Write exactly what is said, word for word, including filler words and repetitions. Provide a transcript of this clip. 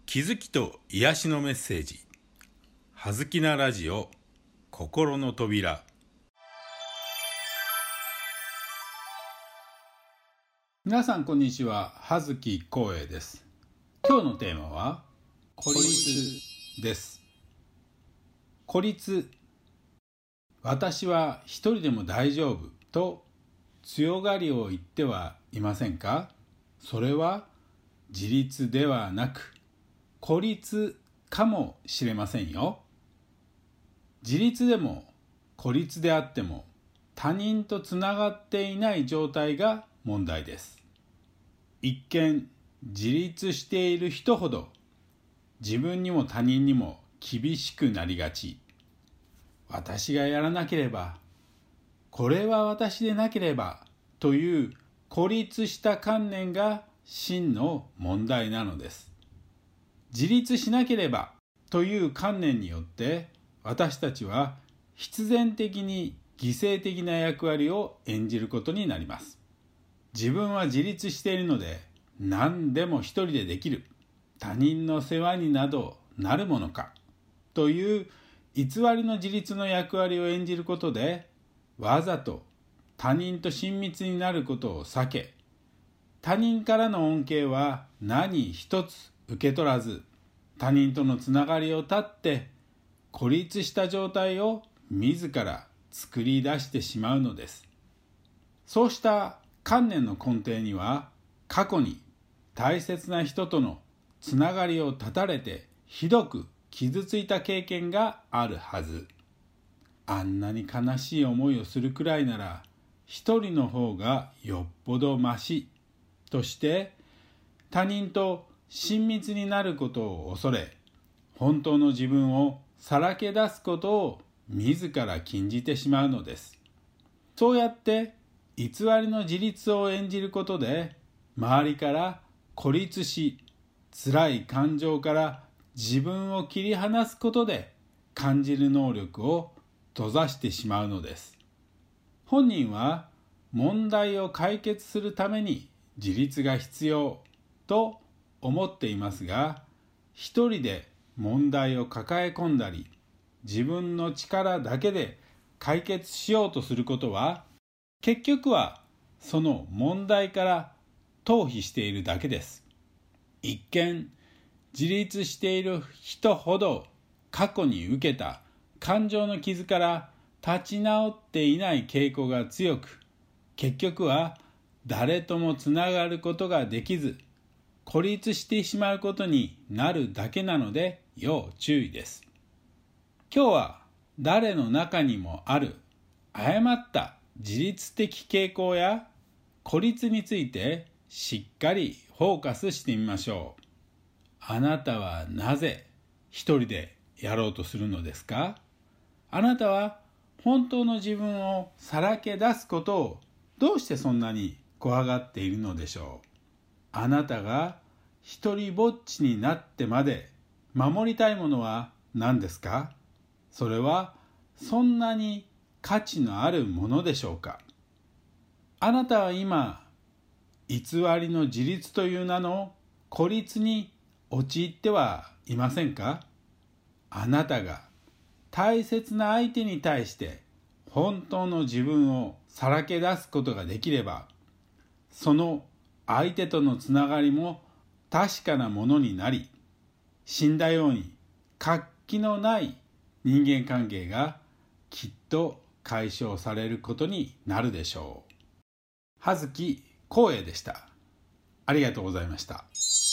気づきと癒しのメッセージ、はずきなラジオ心の扉。皆さんこんにちは、葉月光栄です。今日のテーマは孤立です。孤立、私は一人でも大丈夫と強がりを言ってはいませんか？それは自立ではなく孤立かもしれませんよ。自立でも孤立であっても他人とつながっていない状態が問題です。一見自立している人ほど自分にも他人にも厳しくなりがち。私がやらなければ、これは私でなければという孤立した観念が真の問題なのです。自立しなければという観念によって私たちは必然的に犠牲的な役割を演じることになります。自分は自立しているので何でも一人でできる、他人の世話になどなるものかという偽りの自立の役割を演じることでわざと他人と親密になることを避け、他人からの恩恵は何一つ受け取らず、他人とのつながりを断って孤立した状態を自ら作り出してしまうのです。そうした観念の根底には、過去に大切な人とのつながりを断たれてひどく傷ついた経験があるはず。あんなに悲しい思いをするくらいなら一人の方がよっぽどましとして他人と親密になることを恐れ、本当の自分をさらけ出すことを自ら禁じてしまうのです。そうやって偽りの自立を演じることで周りから孤立し、辛い感情から自分を切り離すことで感じる能力を閉ざしてしまうのです。本人は問題を解決するために自立が必要と思っていますが、一人で問題を抱え込んだり、自分の力だけで解決しようとすることは、結局はその問題から逃避しているだけです。一見自立している人ほど過去に受けた感情の傷から立ち直っていない傾向が強く、結局は誰ともつながることができず孤立してしまうことになるだけなので要注意です。今日は誰の中にもある誤った自立的傾向や孤立についてしっかりフォーカスしてみましょう。あなたはなぜ一人でやろうとするのですか？あなたは本当の自分をさらけ出すことをどうしてそんなに怖がっているのでしょう？あなたが一人ぼっちになってまで守りたいものは何ですか？それはそんなに価値のあるものでしょうか？あなたは今偽りの自立という名の孤立に陥ってはいませんか？あなたが大切な相手に対して本当の自分をさらけ出すことができれば、その相手とのつながりも確かなものになり、死んだように活気のない人間関係がきっと解消されることになるでしょう。葉月光栄でした。ありがとうございました。